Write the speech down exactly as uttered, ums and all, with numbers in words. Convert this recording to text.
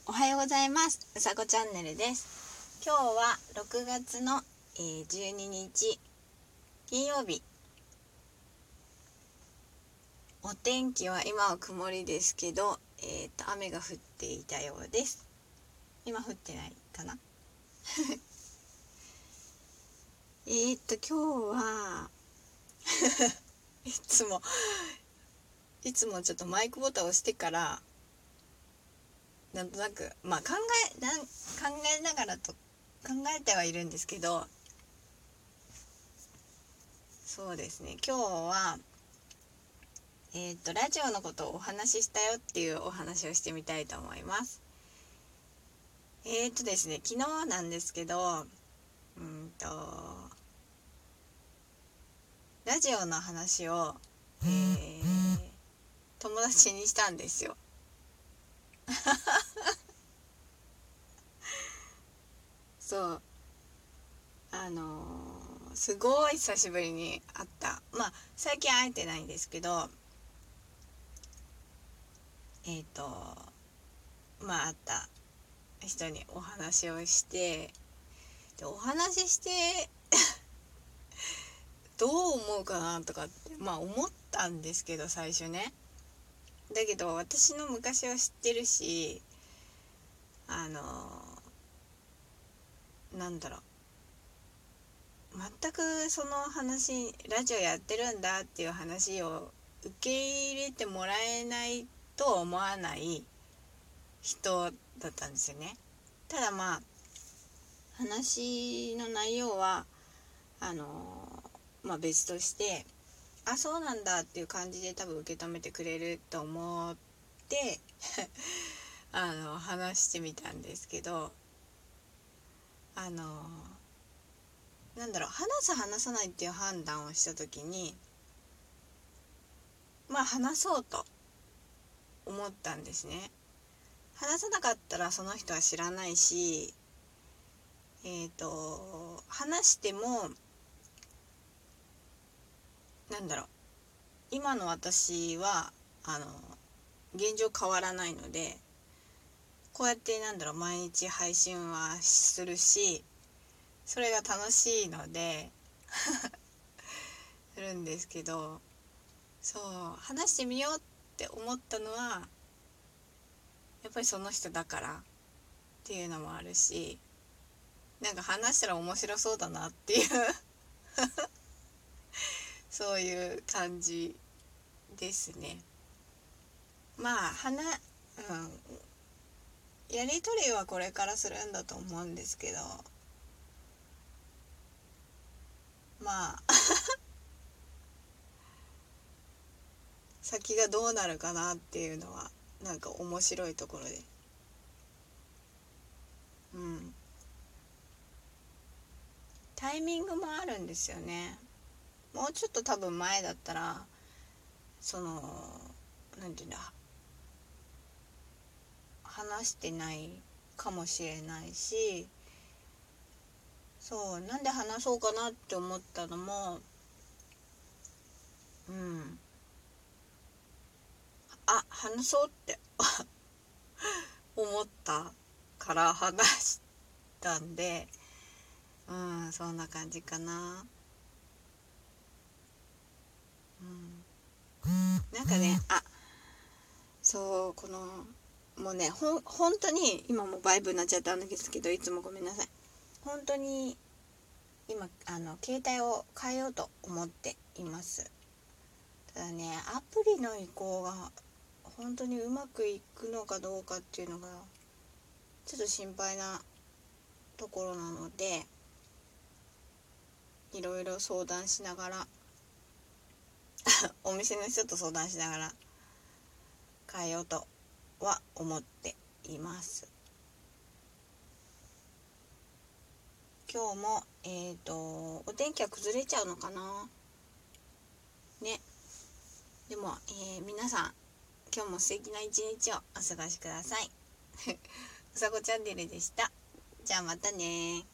おはようございます。うさこチャンネルです。今日はろくがつの、えー、じゅうににち金曜日。お天気は今は曇りですけど、えーと雨が降っていたようです。今降ってないかなえーと今日はいつもいつもちょっとマイクボタンを押してからなんとなくまあ考えなん考えながらと考えてはいるんですけど、そうですね、今日はえーとラジオのことをお話ししたよっていうお話をしてみたいと思います。えーとですね昨日なんですけど、うんとラジオの話を、えー、友達にしたんですよ。そうあのー、すごい久しぶりに会った、まあ最近会えてないんですけど、えっ、ー、とまあ会った人にお話をして、でお話ししてどう思うかなとかってまあ思ったんですけど、最初ね。だけど私の昔を知ってるし、あのー、なんだろう、全くその話、ラジオやってるんだっていう話を受け入れてもらえないとは思わない人だったんですよね。ただまあ話の内容はあのー、まあ別として、あ、そうなんだっていう感じで多分受け止めてくれると思ってあの話してみたんですけど、あのなんだろう、話す話さないっていう判断をした時に、まあ話そうと思ったんですね。話さなかったらその人は知らないし、えっと話してもなんだろう、今の私はあの現状変わらないので、こうやってなんだろう、毎日配信はするし、それが楽しいのでするんですけど、そう話してみようって思ったのはやっぱりその人だからっていうのもあるし、なんか話したら面白そうだなっていうそういう感じですね。まあ話、うん、やり取りはこれからするんだと思うんですけど、まあ先がどうなるかなっていうのはなんか面白いところで、うん、タイミングもあるんですよね。もうちょっと多分前だったら、そのなんていうんだ、話してないかもしれないし、そうなんで話そうかなって思ったのも、うんあ話そうって思ったから話したんで、うんそんな感じかな。うん、なんかね、あそうこのもうね、ほん本当に今もバイブになっちゃったんですけど、いつもごめんなさい。本当に今あの携帯を変えようと思っています。ただね、アプリの移行が本当にうまくいくのかどうかっていうのがちょっと心配なところなので、いろいろ相談しながらお店の人と相談しながら変えようとは思っています。今日もえっとお天気は崩れちゃうのかなね。でも、えー、皆さん今日も素敵な一日をお過ごしください。うさこチャンネルでした。じゃあまたね。